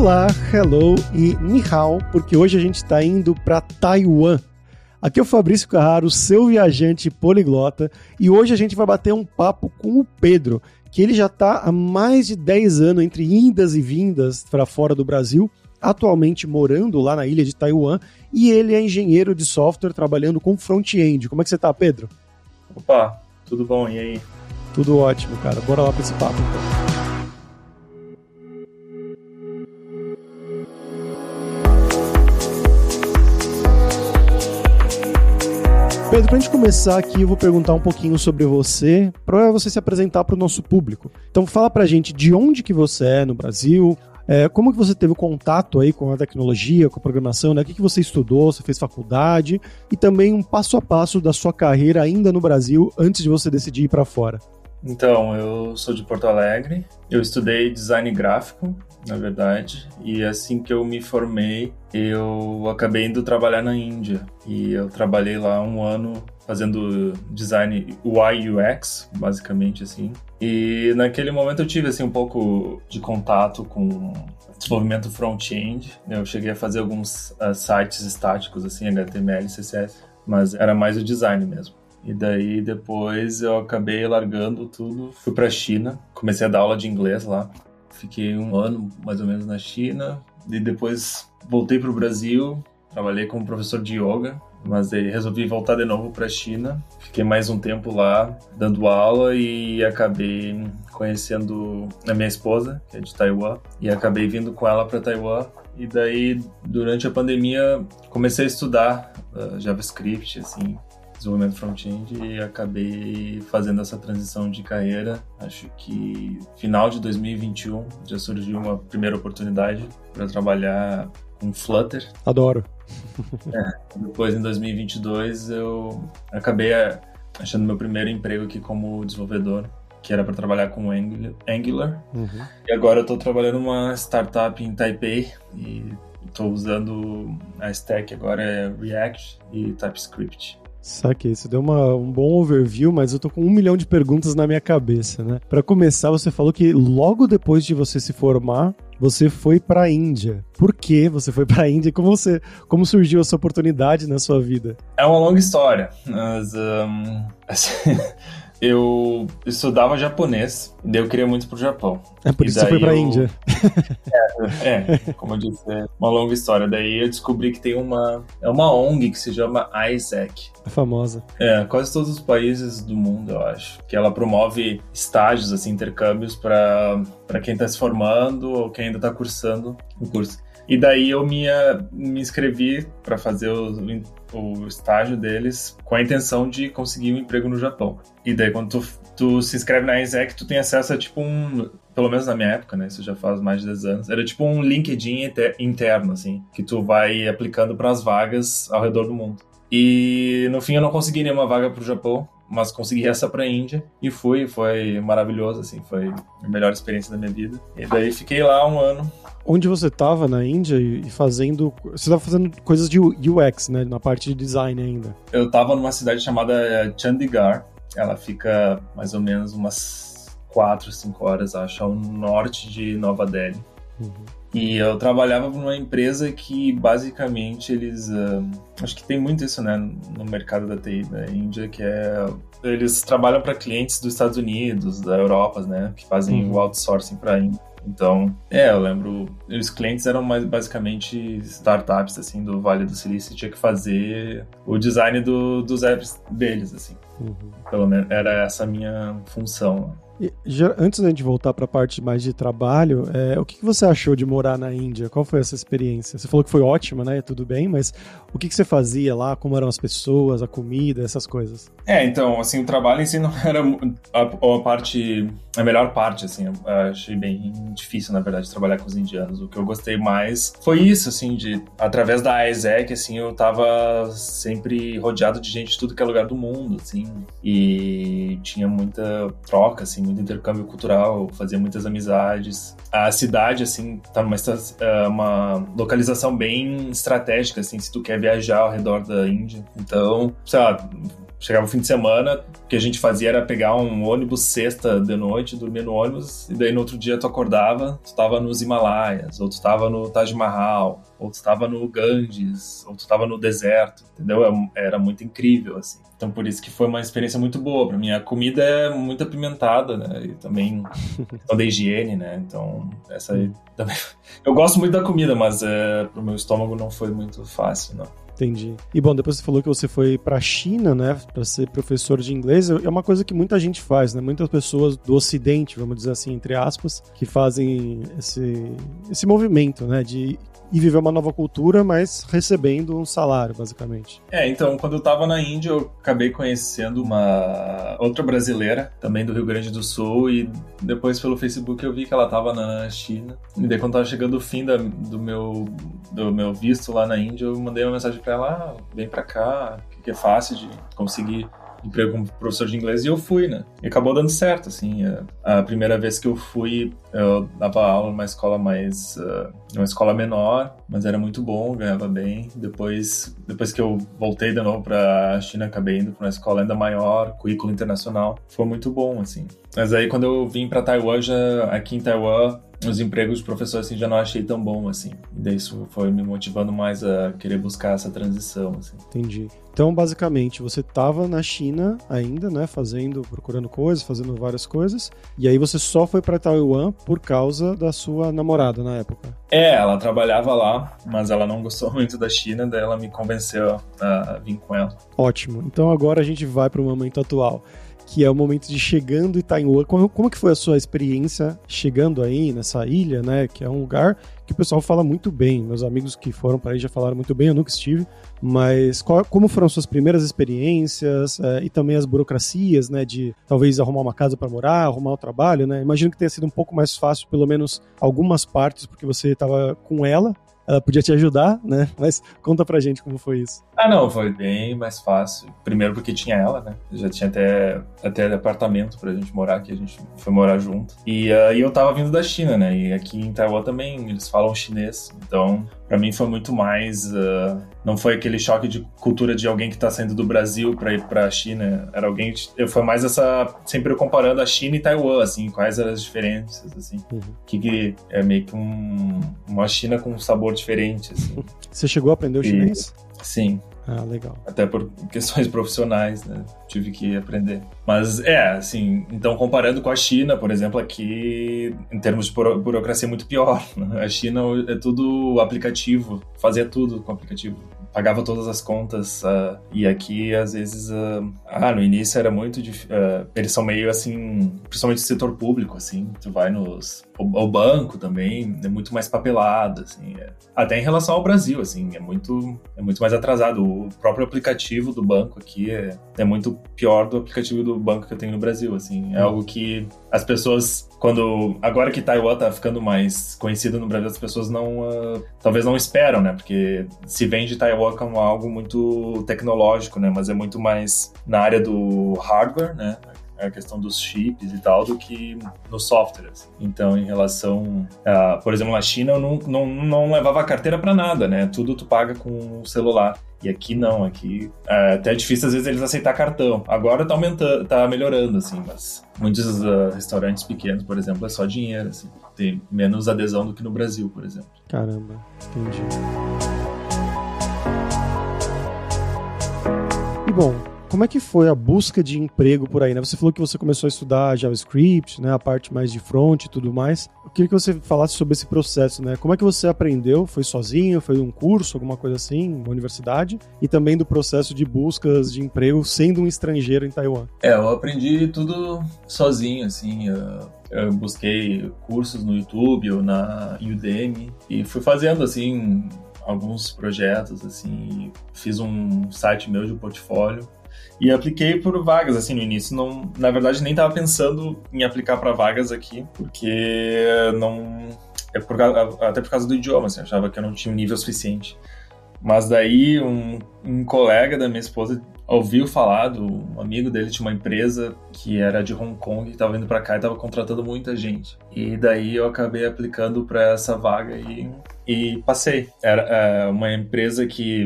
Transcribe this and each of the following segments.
Olá, hello e ni hao, porque hoje a gente está indo para Taiwan. Aqui é o Fabrício Carraro, seu viajante poliglota, e hoje a gente vai bater um papo com o Pedro, que ele já está há mais de 10 anos entre indas e vindas para fora do Brasil, atualmente morando lá na ilha de Taiwan, e ele é engenheiro de software trabalhando com front-end. Como é que você tá, Pedro? Opa, tudo bom, e aí? Tudo ótimo, cara. Bora lá para esse papo, então. Pedro, pra gente começar aqui, eu vou perguntar um pouquinho sobre você, para você se apresentar para o nosso público. Então fala pra gente de onde que você é no Brasil, como que você teve contato aí com a tecnologia, com a programação, né? O que você estudou, você fez faculdade, e também um passo a passo da sua carreira ainda no Brasil, antes de você decidir ir para fora. Então, eu sou de Porto Alegre, eu estudei design gráfico, na verdade, e assim que eu me formei, eu acabei indo trabalhar na Índia, e eu trabalhei lá um ano fazendo design UI UX, basicamente assim, e naquele momento eu tive assim um pouco de contato com desenvolvimento front-end, eu cheguei a fazer alguns sites estáticos assim, HTML, CSS, mas era mais o design mesmo. E daí depois eu acabei largando tudo, fui pra China, comecei a dar aula de inglês lá. Fiquei um ano mais ou menos na China, e depois voltei pro Brasil, trabalhei como professor de yoga, mas aí resolvi voltar de novo pra China. Fiquei mais um tempo lá dando aula e acabei conhecendo a minha esposa, que é de Taiwan, e acabei vindo com ela pra Taiwan. E daí, durante a pandemia, comecei a estudar JavaScript, assim, desenvolvimento front-end, e acabei fazendo essa transição de carreira. Acho que final de 2021 já surgiu uma primeira oportunidade para trabalhar com Flutter. Adoro. Depois, em 2022, eu acabei achando meu primeiro emprego aqui como desenvolvedor, que era para trabalhar com Angular. E agora eu estou trabalhando numa startup em Taipei e estou usando a stack agora é React e TypeScript. Saquei, isso deu um bom overview, mas eu tô com 1 milhão de perguntas na minha cabeça, né? Pra começar, você falou que logo depois de você se formar, você foi pra Índia. Por que você foi pra Índia? Como surgiu essa oportunidade na sua vida? É uma longa história, mas assim, eu estudava japonês, e daí eu queria muito pro Japão. É por isso que você foi pra Índia. Como eu disse, é uma longa história. Daí eu descobri que tem uma ONG que se chama AIESEC. É famosa. Quase todos os países do mundo, eu acho. Que ela promove estágios, assim, intercâmbios para quem tá se formando ou quem ainda tá cursando o curso. E daí eu me inscrevi para fazer o estágio deles com a intenção de conseguir um emprego no Japão. E daí quando tu se inscreve na AIESEC, tu tem acesso a tipo pelo menos na minha época, né, isso já faz mais de 10 anos, era tipo um LinkedIn interno, assim, que tu vai aplicando para as vagas ao redor do mundo. E no fim eu não consegui nenhuma vaga pro Japão, mas consegui essa pra Índia e foi maravilhoso, assim, foi a melhor experiência da minha vida. E daí fiquei lá um ano. Onde você estava na Índia e fazendo... Você estava fazendo coisas de UX, né? Na parte de design ainda. Eu estava numa cidade chamada Chandigarh. Ela fica mais ou menos umas 4, 5 horas, acho, ao norte de Nova Delhi. E eu trabalhava numa empresa que basicamente eles... acho que tem muito isso, né? No mercado da TI da Índia, que eles trabalham para clientes dos Estados Unidos, da Europa, né? Que fazem o outsourcing para a Índia. Então, eu lembro, os clientes eram basicamente startups, assim, do Vale do Silício, e tinha que fazer o design dos apps deles, assim. Pelo menos era essa a minha função. Antes da gente voltar para a parte mais de trabalho, o que você achou de morar na Índia? Qual foi essa experiência? Você falou que foi ótima, né? Tudo bem, mas o que você fazia lá? Como eram as pessoas, a comida, essas coisas? Então, assim, o trabalho em si não era a melhor parte, assim. Eu achei bem difícil, na verdade, trabalhar com os indianos. O que eu gostei mais foi isso, assim, através da AIESEC, assim, eu tava sempre rodeado de gente de tudo que é lugar do mundo, assim, e tinha muita troca, assim, muito intercâmbio cultural, fazia muitas amizades. A cidade, assim, tá uma localização bem estratégica, assim, se tu quer viajar ao redor da Índia. Então, sei lá, chegava o fim de semana, o que a gente fazia era pegar um ônibus sexta de noite, dormir no ônibus, e daí no outro dia tu acordava, tu tava nos Himalaias, ou tu tava no Taj Mahal, ou tu tava no Ganges, ou tu tava no deserto, entendeu? Era muito incrível, assim. Então por isso que foi uma experiência muito boa pra mim. A comida é muito apimentada, né? E também questão da higiene, né? Então essa aí também... Eu gosto muito da comida, mas pro meu estômago não foi muito fácil, não. Entendi. E bom, depois você falou que você foi pra China, né, pra ser professor de inglês. É uma coisa que muita gente faz, né? Muitas pessoas do Ocidente, vamos dizer assim, entre aspas, que fazem esse movimento, né, de ir viver uma nova cultura, mas recebendo um salário, basicamente. Então, quando eu tava na Índia, eu acabei conhecendo uma outra brasileira, também do Rio Grande do Sul, e depois pelo Facebook eu vi que ela tava na China. E daí quando tava chegando o fim do meu visto lá na Índia, eu mandei uma mensagem pra ela, vem pra cá, que é fácil de conseguir emprego como professor de inglês, e eu fui, né? E acabou dando certo, assim. A primeira vez que eu fui, eu dava aula numa escola uma escola menor, mas era muito bom, ganhava bem. Depois que eu voltei de novo pra China, acabei indo pra uma escola ainda maior, currículo internacional. Foi muito bom, assim. Mas aí, quando eu vim pra Taiwan, aqui em Taiwan, os empregos de professor, assim, já não achei tão bom, assim. E daí isso foi me motivando mais a querer buscar essa transição, assim. Entendi. Então, basicamente, você estava na China ainda, né, procurando coisas, fazendo várias coisas, e aí você só foi para Taiwan por causa da sua namorada na época. Ela trabalhava lá, mas ela não gostou muito da China, daí ela me convenceu a vir com ela. Ótimo. Então agora a gente vai para o momento atual, que é o momento de chegando em Taiwan. Como que foi a sua experiência chegando aí nessa ilha, né, que é um lugar que o pessoal fala muito bem. Meus amigos que foram para aí já falaram muito bem, eu nunca estive, mas como foram suas primeiras experiências e também as burocracias, né, de talvez arrumar uma casa para morar, arrumar um trabalho, né? Imagino que tenha sido um pouco mais fácil, pelo menos algumas partes, porque você estava com ela podia te ajudar, né? Mas conta pra gente como foi isso. Não, foi bem mais fácil. Primeiro porque tinha ela, né? Já tinha até apartamento pra gente morar, que a gente foi morar junto. E eu tava vindo da China, né? E aqui em Taiwan também eles falam chinês. Então, pra mim foi muito mais... não foi aquele choque de cultura de alguém que tá saindo do Brasil pra ir pra China. Era alguém... Foi mais sempre eu comparando a China e Taiwan, assim. Quais eram as diferenças, assim. Que é meio que uma China com um sabor diferente, assim. Você chegou a aprender o chinês? Sim. Legal. Até por questões profissionais, né? Tive que aprender. Mas assim, então comparando com a China, por exemplo, aqui, em termos de burocracia, é muito pior. Né? A China é tudo aplicativo, fazia tudo com aplicativo. Pagava todas as contas, e aqui, às vezes, no início era muito difícil. Eles são meio assim, principalmente o setor público, assim, tu vai ao banco também, é muito mais papelado, assim, até em relação ao Brasil, assim, é muito mais atrasado. O próprio aplicativo do banco aqui é muito pior do aplicativo do banco que eu tenho no Brasil, assim, é algo que as pessoas, agora que Taiwan tá ficando mais conhecido no Brasil, as pessoas talvez não esperam, né, porque se vende Taiwan como algo muito tecnológico, né, mas é muito mais na área do hardware, né, a questão dos chips e tal, do que no software. Assim. Então, em relação, por exemplo, na China, eu não levava a carteira para nada, né? Tudo tu paga com o celular. E aqui não, aqui até é difícil às vezes eles aceitar cartão. Agora tá aumentando, tá melhorando, assim, mas muitos restaurantes pequenos, por exemplo, é só dinheiro, assim. Tem menos adesão do que no Brasil, por exemplo. Caramba, entendi. E bom, como é que foi a busca de emprego por aí, né? Você falou que você começou a estudar JavaScript, né? A parte mais de front e tudo mais. Eu queria que você falasse sobre esse processo, né? Como é que você aprendeu? Foi sozinho? Foi um curso, alguma coisa assim, uma universidade? E também do processo de buscas de emprego sendo um estrangeiro em Taiwan. Eu aprendi tudo sozinho, assim. Eu busquei cursos no YouTube ou na Udemy e fui fazendo, assim, alguns projetos, assim. Fiz um site meu de portfólio. E apliquei por vagas, assim, no início. Não, na verdade, nem estava pensando em aplicar para vagas aqui, porque não... até por causa do idioma, assim, eu achava que eu não tinha um nível suficiente. Mas daí, um colega da minha esposa ouviu falar um amigo dele tinha uma empresa que era de Hong Kong, que estava vindo para cá e estava contratando muita gente. E daí eu acabei aplicando para essa vaga e passei. Era uma empresa que...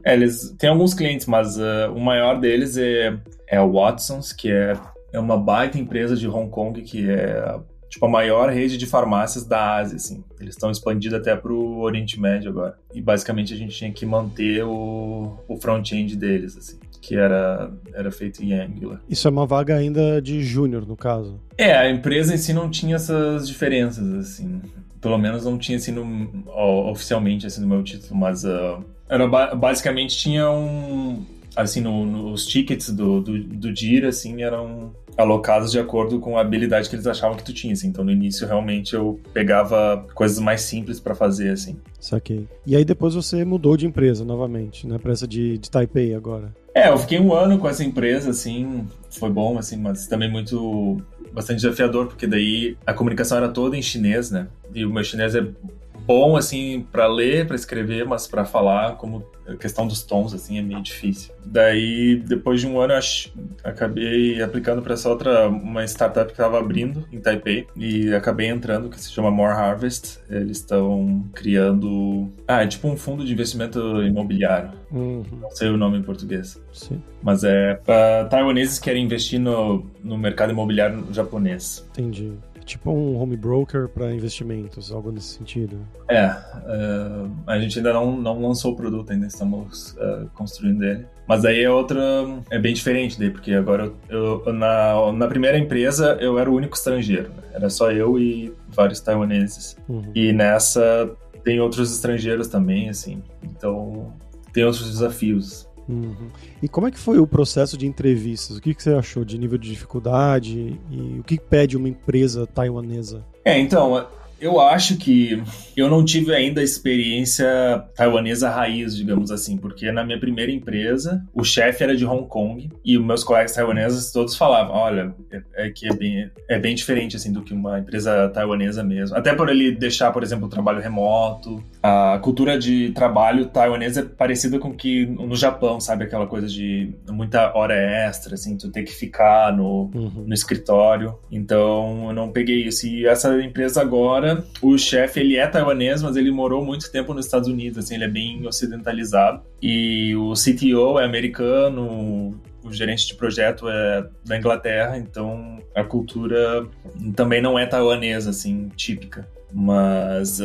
Eles têm alguns clientes, mas o maior deles é o Watsons, que é uma baita empresa de Hong Kong, que é tipo a maior rede de farmácias da Ásia, assim. Eles estão expandindo até pro Oriente Médio agora. E basicamente a gente tinha que manter o front-end deles, assim, que era feito em Angular. Isso é uma vaga ainda de júnior, no caso? A empresa em si não tinha essas diferenças, assim. Pelo menos não tinha, assim, oficialmente, assim, no meu título, mas basicamente tinha assim, nos tickets do Jira, assim, eram alocados de acordo com a habilidade que eles achavam que tu tinha, assim. Então, no início, realmente, eu pegava coisas mais simples pra fazer, assim. Saquei. E aí, depois você mudou de empresa novamente, né? Pra essa de Taipei agora. Eu fiquei 1 ano com essa empresa, assim, foi bom, assim, mas também bastante desafiador, porque daí a comunicação era toda em chinês, né? E o meu chinês é bom, assim, pra ler, pra escrever, mas pra falar, como a questão dos tons, assim, é meio difícil. Daí, depois de 1 ano, eu acabei aplicando pra essa uma startup que tava abrindo em Taipei, e acabei entrando, que se chama More Harvest. Eles estão criando... é tipo um fundo de investimento imobiliário. Uhum. Não sei o nome em português. Sim. Mas taiwaneses que querem investir no mercado imobiliário japonês. Entendi. Tipo um home broker para investimentos, algo nesse sentido. A gente ainda não lançou o produto, ainda estamos construindo ele. Mas aí é bem diferente daí, porque agora na primeira empresa eu era o único estrangeiro, né? Era só eu e vários taiwaneses. Uhum. E nessa tem outros estrangeiros também, assim, então tem outros desafios. Uhum. E como é que foi o processo de entrevistas? O que você achou de nível de dificuldade e o que pede uma empresa taiwanesa? Então, eu acho que eu não tive ainda a experiência taiwanesa raiz, digamos assim, porque na minha primeira empresa, o chefe era de Hong Kong e os meus colegas taiwaneses todos falavam, olha, é bem diferente assim do que uma empresa taiwanesa mesmo. Até por ele deixar, por exemplo, o trabalho remoto. A cultura de trabalho taiwanesa é parecida com que no Japão, sabe? Aquela coisa de muita hora extra, assim, tu ter que ficar no escritório. Então, eu não peguei isso. E essa empresa agora, o chefe, ele é taiwanês, mas ele morou muito tempo nos Estados Unidos, assim, ele é bem ocidentalizado. E o CTO é americano, o gerente de projeto é da Inglaterra, então a cultura também não é taiwanesa, assim, típica. Mas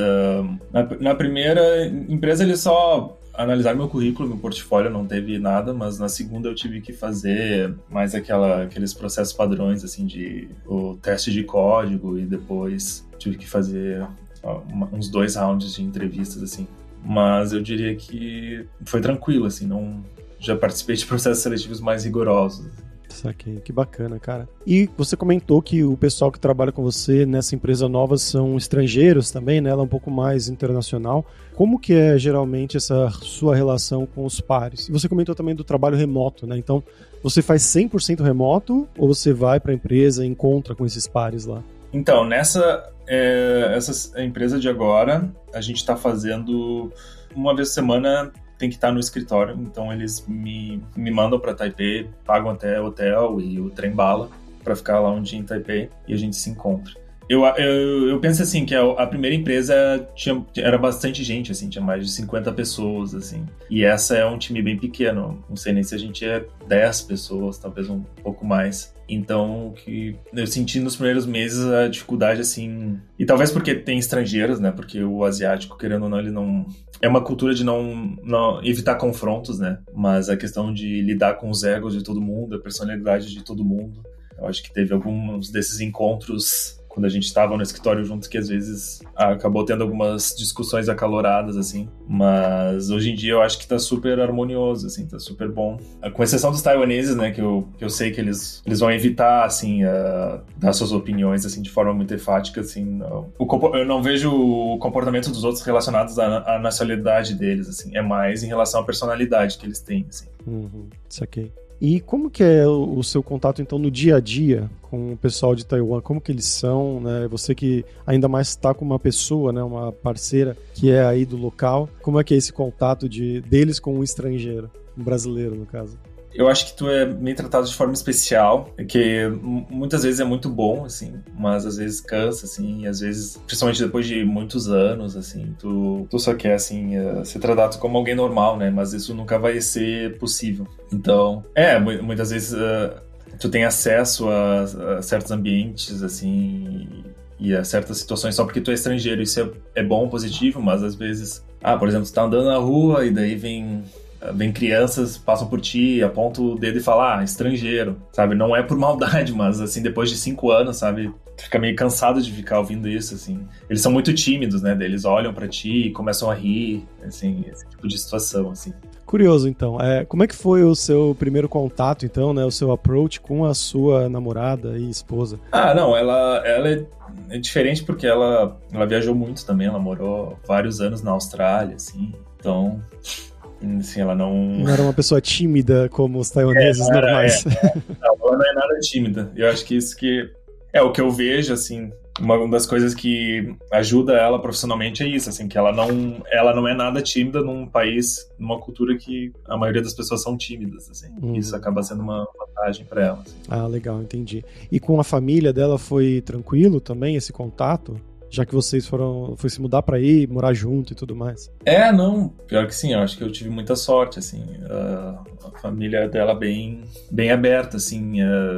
na primeira empresa eles só analisaram meu currículo, meu portfólio, não teve nada, mas na segunda eu tive que fazer mais aqueles processos padrões, assim, o teste de código, e depois tive que fazer uns 2 rounds de entrevistas, assim. Mas eu diria que foi tranquilo, assim, já participei de processos seletivos mais rigorosos. Saquei, que bacana, cara. E você comentou que o pessoal que trabalha com você nessa empresa nova são estrangeiros também, né? Ela é um pouco mais internacional. Como que é geralmente essa sua relação com os pares? E você comentou também do trabalho remoto, né? Então, você faz 100% remoto ou você vai para a empresa e encontra com esses pares lá? Então, essa empresa de agora, a gente está fazendo uma vez por semana, tem que estar no escritório, então eles me mandam para Taipei, pagam até hotel e o trem-bala para ficar lá um dia em Taipei e a gente se encontra. Eu penso assim, que a primeira empresa era bastante gente, assim, tinha mais de 50 pessoas, assim, e essa é um time bem pequeno, não sei nem se a gente é 10 pessoas, talvez um pouco mais. Então, o que eu senti nos primeiros meses a dificuldade, assim, e talvez porque tem estrangeiros, né, porque o asiático, querendo ou não, ele não... É uma cultura de não evitar confrontos, né, mas a questão de lidar com os egos de todo mundo, a personalidade de todo mundo, eu acho que teve alguns desses encontros quando a gente estava no escritório juntos, que às vezes acabou tendo algumas discussões acaloradas, assim. Mas hoje em dia eu acho que tá super harmonioso, assim, tá super bom. Com exceção dos taiwaneses, né, que eu sei que eles vão evitar, assim, dar suas opiniões, assim, de forma muito enfática, assim. Eu não vejo o comportamento dos outros relacionados à nacionalidade deles, assim. É mais em relação à personalidade que eles têm, assim. Saquei. E como que é o seu contato, então, no dia a dia com o pessoal de Taiwan? Como que eles são, né? Você que ainda mais está com uma pessoa, né? Uma parceira que é aí do local. Como é que é esse contato deles com um estrangeiro? Um brasileiro, no caso. eu acho que tu é meio tratado de forma especial, que muitas vezes é muito bom, assim, mas às vezes cansa, assim, e às vezes, principalmente depois de muitos anos, assim, tu só quer, assim, ser tratado como alguém normal, né? Mas isso nunca vai ser possível. Então, muitas vezes tu tem acesso a certos ambientes, assim, e a certas situações só porque tu é estrangeiro. Isso é bom, positivo, mas às vezes... por exemplo, tu tá andando na rua e daí vem crianças, passam por ti, apontam o dedo e falam, estrangeiro, sabe? Não é por maldade, mas, assim, depois de 5 anos, sabe? Tu fica meio cansado de ficar ouvindo isso, assim. Eles são muito tímidos, né? Eles olham pra ti e começam a rir, assim, esse tipo de situação, assim. Curioso, então. Como é que foi o seu primeiro contato, então, né? O seu approach com a sua namorada e esposa? Não, ela é diferente porque ela viajou muito também, ela morou vários anos na Austrália, assim, então... Assim, ela não era uma pessoa tímida como os taiwaneses normais. Ela não é nada tímida. Eu acho que isso que é o que eu vejo, assim, uma das coisas que ajuda ela profissionalmente é isso, assim, que ela não é nada tímida num país, numa cultura que a maioria das pessoas são tímidas, assim. Isso acaba sendo uma vantagem para ela. Assim. Legal, entendi. E com a família dela foi tranquilo também esse contato? Já que vocês foram se mudar pra aí, morar junto e tudo mais. Não, pior que sim, eu acho que eu tive muita sorte, assim, a família dela bem aberta, assim,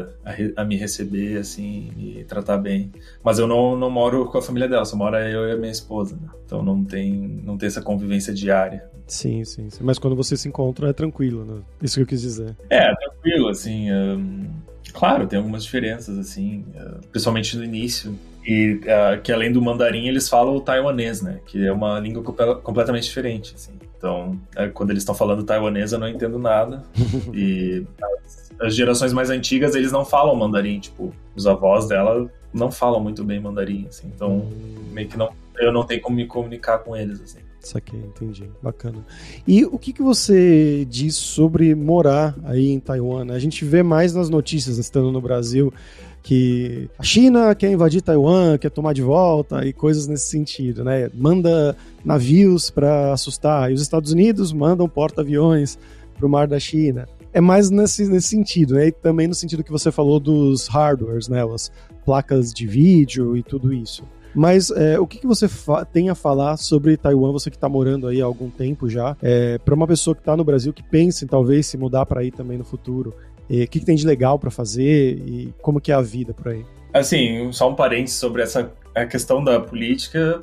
a me receber, assim, me tratar bem. Mas eu não moro com a família dela, só moro eu e a minha esposa, né? Então não tem essa convivência diária. Sim. Mas quando vocês se encontram é tranquilo, né? Isso que eu quis dizer. Tranquilo, assim, claro, tem algumas diferenças, assim, principalmente no início. E que além do mandarim, eles falam o taiwanês, né? Que é uma língua completamente diferente, assim. Então, quando eles estão falando taiwanês, eu não entendo nada. E as gerações mais antigas, eles não falam mandarim. Tipo, os avós dela não falam muito bem mandarim, assim. Então, meio que eu não tenho como me comunicar com eles, assim. Saquei, entendi. Bacana. E o que você diz sobre morar aí em Taiwan? A gente vê mais nas notícias, estando no Brasil, que a China quer invadir Taiwan, quer tomar de volta e coisas nesse sentido, né? Manda navios para assustar. E os Estados Unidos mandam porta-aviões para o mar da China. É mais nesse sentido, né? E também no sentido que você falou dos hardwares, né? As placas de vídeo e tudo isso. Mas o que você tem a falar sobre Taiwan, você que está morando aí há algum tempo já, para uma pessoa que está no Brasil, que pensa em talvez se mudar para aí também no futuro? O que tem de legal para fazer e como que é a vida por aí? Assim, só um parênteses sobre a questão da política.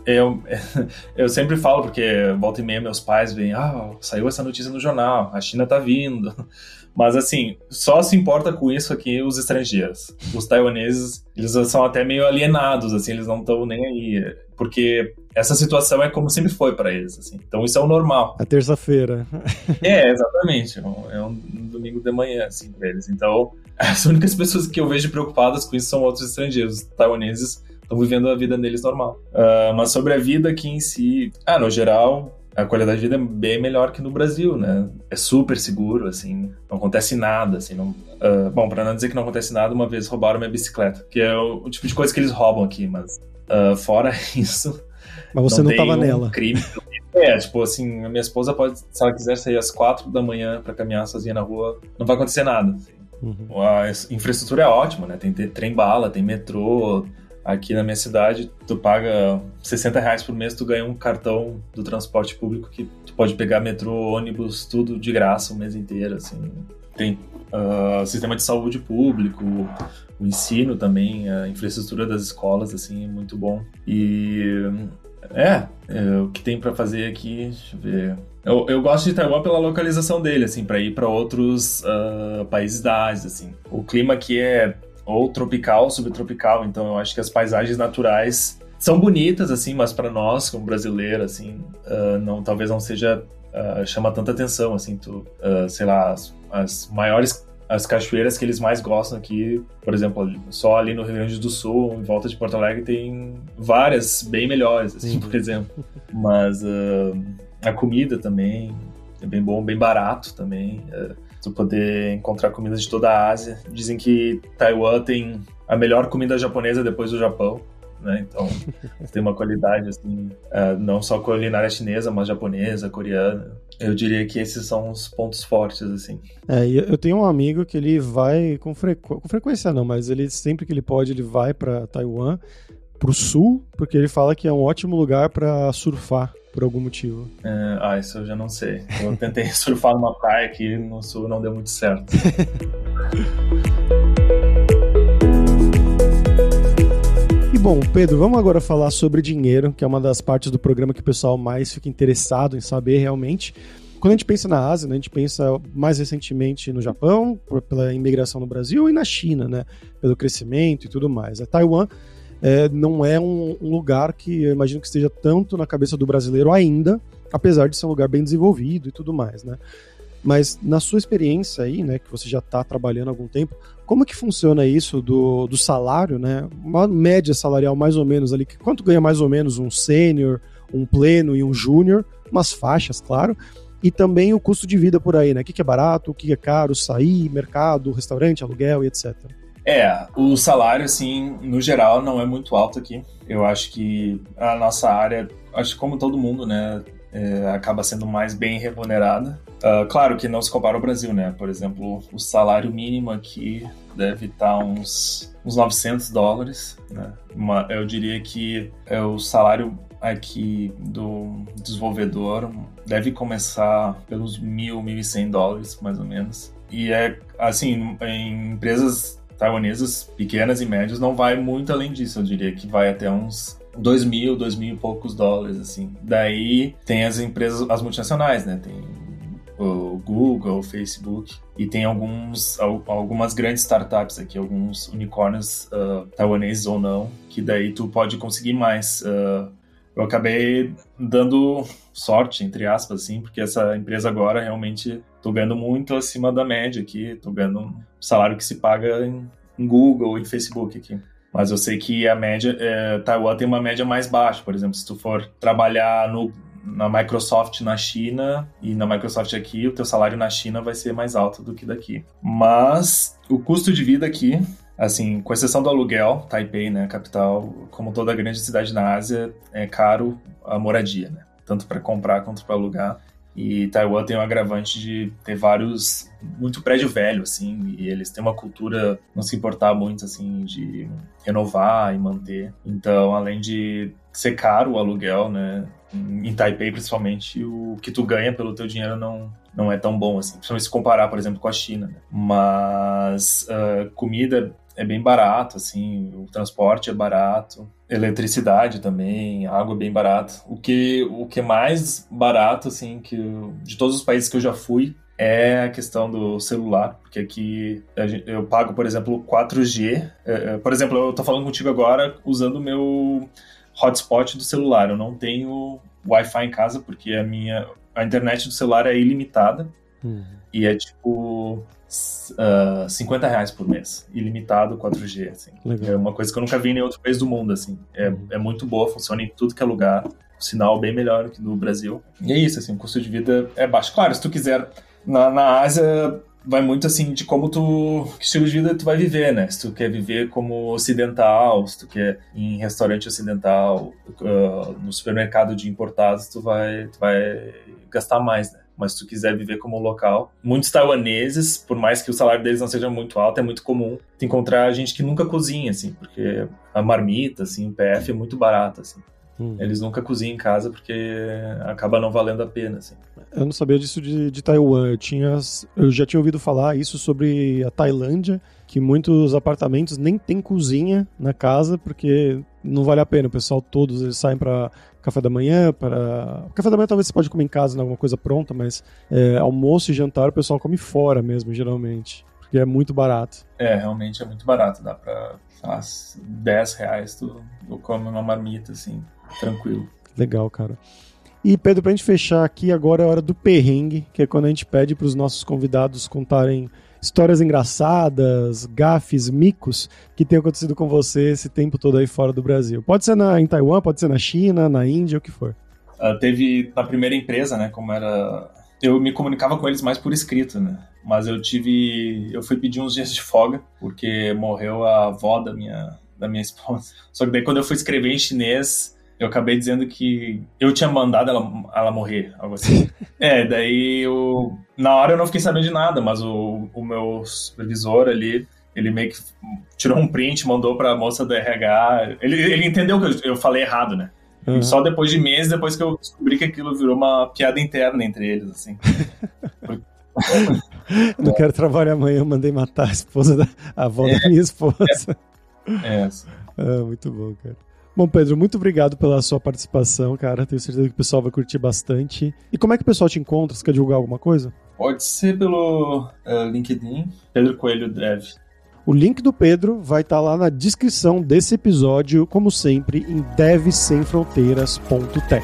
Eu sempre falo, porque volta e meia meus pais veem, saiu essa notícia no jornal, a China tá vindo. Mas assim, só se importa com isso aqui os estrangeiros. Os taiwaneses, eles são até meio alienados, assim, eles não estão nem aí. Porque essa situação é como sempre foi para eles, assim. Então isso é o normal. A terça-feira. Exatamente. É um domingo de manhã, assim, para eles. Então, as únicas pessoas que eu vejo preocupadas com isso são outros estrangeiros. Os taiwaneses estão vivendo a vida deles normal. Mas sobre a vida aqui em si, no geral, a qualidade de vida é bem melhor que no Brasil, né? É super seguro, assim, não acontece nada, assim, não... bom, pra não dizer que não acontece nada, uma vez roubaram minha bicicleta, que é o tipo de coisa que eles roubam aqui, mas fora isso... Mas você não tava nela. Crime. Tipo assim, a minha esposa pode, se ela quiser sair às 4 da manhã pra caminhar sozinha na rua, não vai acontecer nada, assim. A infraestrutura é ótima, né? Tem trem-bala, tem metrô. Aqui na minha cidade, tu paga R$60 por mês, tu ganha um cartão do transporte público que tu pode pegar metrô, ônibus, tudo de graça o mês inteiro, assim. Tem sistema de saúde público, o ensino também, a infraestrutura das escolas, assim, é muito bom. E o que tem pra fazer aqui, deixa eu ver... Eu gosto de Taiwan pela localização dele, assim, pra ir pra outros países da Ásia, assim. O clima aqui é ou tropical ou subtropical, então eu acho que as paisagens naturais são bonitas, assim, mas para nós, como brasileiro, assim, talvez não seja, chama tanta atenção, assim, sei lá, as cachoeiras que eles mais gostam aqui, por exemplo, só ali no Rio Grande do Sul, em volta de Porto Alegre, tem várias bem melhores, assim, por exemplo. Mas a comida também é bem bom, bem barato também, tu poder encontrar comida de toda a Ásia. Dizem que Taiwan tem a melhor comida japonesa depois do Japão. né? Então, tem uma qualidade, assim, não só culinária chinesa, mas japonesa, coreana. Eu diria que esses são os pontos fortes, assim. Eu tenho um amigo que ele vai com frequência não, mas ele sempre que ele pode, ele vai pra Taiwan, pro sul, porque ele fala que é um ótimo lugar pra surfar, por algum motivo. Isso eu já não sei. Eu tentei surfar numa praia aqui no sul, não deu muito certo. E bom, Pedro, vamos agora falar sobre dinheiro, que é uma das partes do programa que o pessoal mais fica interessado em saber realmente. Quando a gente pensa na Ásia, né, a gente pensa mais recentemente no Japão, pela imigração no Brasil, e na China, né, pelo crescimento e tudo mais. A Taiwan não é um lugar que eu imagino que esteja tanto na cabeça do brasileiro ainda, apesar de ser um lugar bem desenvolvido e tudo mais, né? Mas na sua experiência aí, né, que você já está trabalhando há algum tempo, como que funciona isso do salário, né? Uma média salarial mais ou menos ali, quanto ganha mais ou menos um sênior, um pleno e um júnior, umas faixas, claro, e também o custo de vida por aí, né? O que é barato, o que é caro, sair, mercado, restaurante, aluguel e etc. O salário, assim, no geral, não é muito alto aqui. Eu acho que a nossa área, acho que como todo mundo, né, acaba sendo mais bem remunerada. Claro que não se compara ao Brasil, né? Por exemplo, o salário mínimo aqui deve estar uns $900, né? Eu diria que o salário aqui do desenvolvedor deve começar pelos $1.100, mais ou menos. E assim, em empresas taiwanesas pequenas e médias não vai muito além disso. Eu diria que vai até uns $2.000 e poucos, assim. Daí tem as empresas, as multinacionais, né? Tem o Google, o Facebook, e tem algumas grandes startups aqui, alguns unicórnios taiwaneses ou não, que daí tu pode conseguir mais. Eu acabei dando sorte, entre aspas, assim, porque essa empresa agora realmente tô ganhando muito acima da média aqui, tô ganhando um salário que se paga em Google e Facebook aqui. Mas eu sei que a média, Taiwan tem uma média mais baixa. Por exemplo, se tu for trabalhar na Microsoft na China e na Microsoft aqui, o teu salário na China vai ser mais alto do que daqui. Mas o custo de vida aqui, assim, com exceção do aluguel, Taipei, né, capital, como toda grande cidade na Ásia, é caro a moradia, né? Tanto para comprar quanto para alugar. E Taiwan tem um agravante de ter muito prédio velho, assim, e eles têm uma cultura não se importar muito, assim, de renovar e manter. Então, além de ser caro o aluguel, né, em Taipei, principalmente, o que tu ganha pelo teu dinheiro não é tão bom, assim, principalmente se comparar, por exemplo, com a China, né? Mas comida é bem barato, assim, o transporte é barato, eletricidade também, água é bem barato. O que é mais barato, assim, de todos os países que eu já fui, é a questão do celular, porque aqui eu pago, por exemplo, 4G. Por exemplo, eu tô falando contigo agora usando o meu hotspot do celular. Eu não tenho Wi-Fi em casa, porque a internet do celular é ilimitada. E é tipo R$50 por mês, ilimitado 4G, assim. Legal. É uma coisa que eu nunca vi em nenhum outro país do mundo, assim. É muito boa, funciona em tudo que é lugar, o sinal bem melhor que no Brasil. E é isso, assim, o custo de vida é baixo. Claro, se tu quiser, na Ásia vai muito, assim, de que estilo de vida tu vai viver, né? Se tu quer viver como ocidental, se tu quer ir em restaurante ocidental, no supermercado de importados, tu vai gastar mais, né? Mas se tu quiser viver como local, muitos taiwaneses, por mais que o salário deles não seja muito alto, é muito comum tu encontrar gente que nunca cozinha, assim, porque a marmita, assim, o PF é muito barato, assim. Eles nunca cozinham em casa porque acaba não valendo a pena, assim. Eu não sabia disso de Taiwan. Eu já tinha ouvido falar isso sobre a Tailândia, que muitos apartamentos nem tem cozinha na casa porque não vale a pena. O pessoal todos eles saem para café da manhã, café da manhã talvez você pode comer em casa, né, alguma coisa pronta, mas almoço e jantar o pessoal come fora mesmo, geralmente, porque é muito barato. Realmente é muito barato. Dá pra, sei lá, R$10 tu come uma marmita, assim, tranquilo. Legal, cara. E Pedro, pra gente fechar aqui, agora é a hora do perrengue, que é quando a gente pede pros nossos convidados contarem histórias engraçadas, gafes, micos que tenham acontecido com você esse tempo todo aí fora do Brasil. Pode ser em Taiwan, pode ser na China, na Índia, o que for. Teve na primeira empresa, né, como era... Eu me comunicava com eles mais por escrito, né? Mas eu fui pedir uns dias de folga, porque morreu a avó da da minha esposa. Só que daí quando eu fui escrever em chinês, eu acabei dizendo que eu tinha mandado ela morrer, algo assim. Daí na hora eu não fiquei sabendo de nada, mas o meu supervisor ali, ele meio que tirou um print, mandou pra moça do RH. Ele entendeu que eu falei errado, né? E só depois de meses, depois que eu descobri que aquilo virou uma piada interna entre eles, assim. Não quero trabalhar amanhã, eu mandei matar a avó da minha esposa. Assim. Muito bom, cara. Bom, Pedro, muito obrigado pela sua participação, cara. Tenho certeza que o pessoal vai curtir bastante. E como é que o pessoal te encontra? Você quer divulgar alguma coisa? Pode ser pelo LinkedIn, Pedro Coelho Dev. O link do Pedro vai estar lá na descrição desse episódio, como sempre, em devsemfronteiras.tech.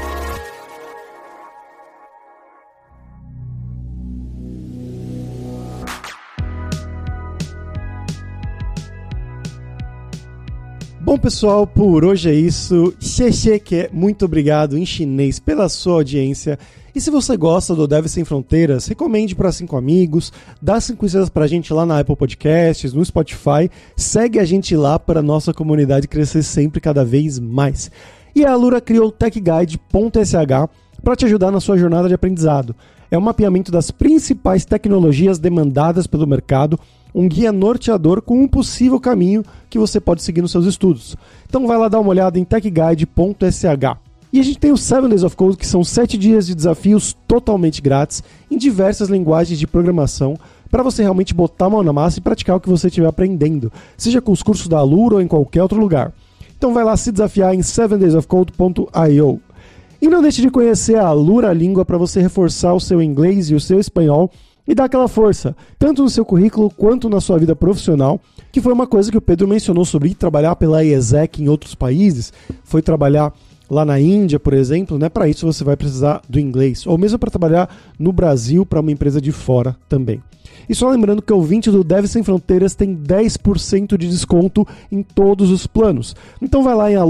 Bom, pessoal, por hoje é isso. Xexê, que é muito obrigado em chinês pela sua audiência. E se você gosta do Dev Sem Fronteiras, recomende para 5 amigos, dá 5 estrelas pra gente lá na Apple Podcasts, no Spotify, segue a gente lá para a nossa comunidade crescer sempre cada vez mais. E a Alura criou o techguide.sh para te ajudar na sua jornada de aprendizado. É um mapeamento das principais tecnologias demandadas pelo mercado, um guia norteador com um possível caminho que você pode seguir nos seus estudos. Então vai lá dar uma olhada em techguide.sh. E a gente tem os 7 Days of Code, que são 7 dias de desafios totalmente grátis, em diversas linguagens de programação, para você realmente botar a mão na massa e praticar o que você estiver aprendendo, seja com os cursos da Alura ou em qualquer outro lugar. Então vai lá se desafiar em 7daysofcode.io. E não deixe de conhecer a Alura Língua para você reforçar o seu inglês e o seu espanhol e dar aquela força, tanto no seu currículo quanto na sua vida profissional, que foi uma coisa que o Pedro mencionou sobre ir trabalhar pela IESEC em outros países, foi trabalhar lá na Índia, por exemplo, né? Para isso você vai precisar do inglês, ou mesmo para trabalhar no Brasil para uma empresa de fora também. E só lembrando que o ouvinte do Dev Sem Fronteiras tem 10% de desconto em todos os planos. Então vai lá em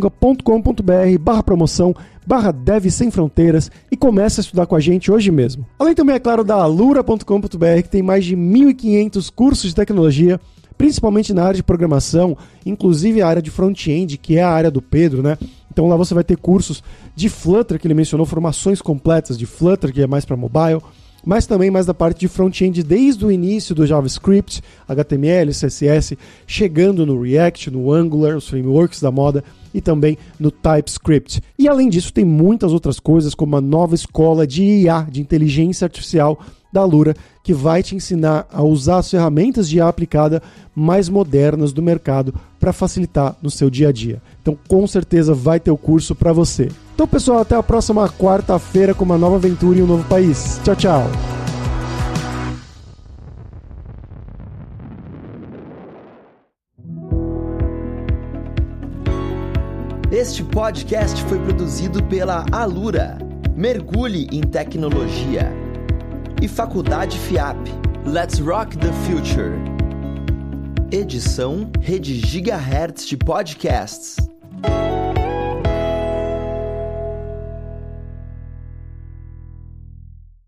aluralingua.com.br/promoção/Dev Sem Fronteiras e comece a estudar com a gente hoje mesmo. Além também, é claro, da alura.com.br, que tem mais de 1.500 cursos de tecnologia, principalmente na área de programação, inclusive a área de front-end, que é a área do Pedro, né? Então lá você vai ter cursos de Flutter, que ele mencionou, formações completas de Flutter, que é mais para mobile, mas também mais da parte de front-end desde o início do JavaScript, HTML, CSS, chegando no React, no Angular, os frameworks da moda e também no TypeScript. E além disso tem muitas outras coisas, como a nova escola de IA, de inteligência artificial da Alura, que vai te ensinar a usar as ferramentas de IA aplicada mais modernas do mercado para facilitar no seu dia a dia. Então com certeza vai ter o curso para você. Então pessoal, até a próxima quarta-feira com uma nova aventura em um novo país. Tchau, tchau! Este podcast foi produzido pela Alura. Mergulhe em tecnologia. E Faculdade FIAP. Let's rock the future. Edição Rede Gigahertz de Podcasts.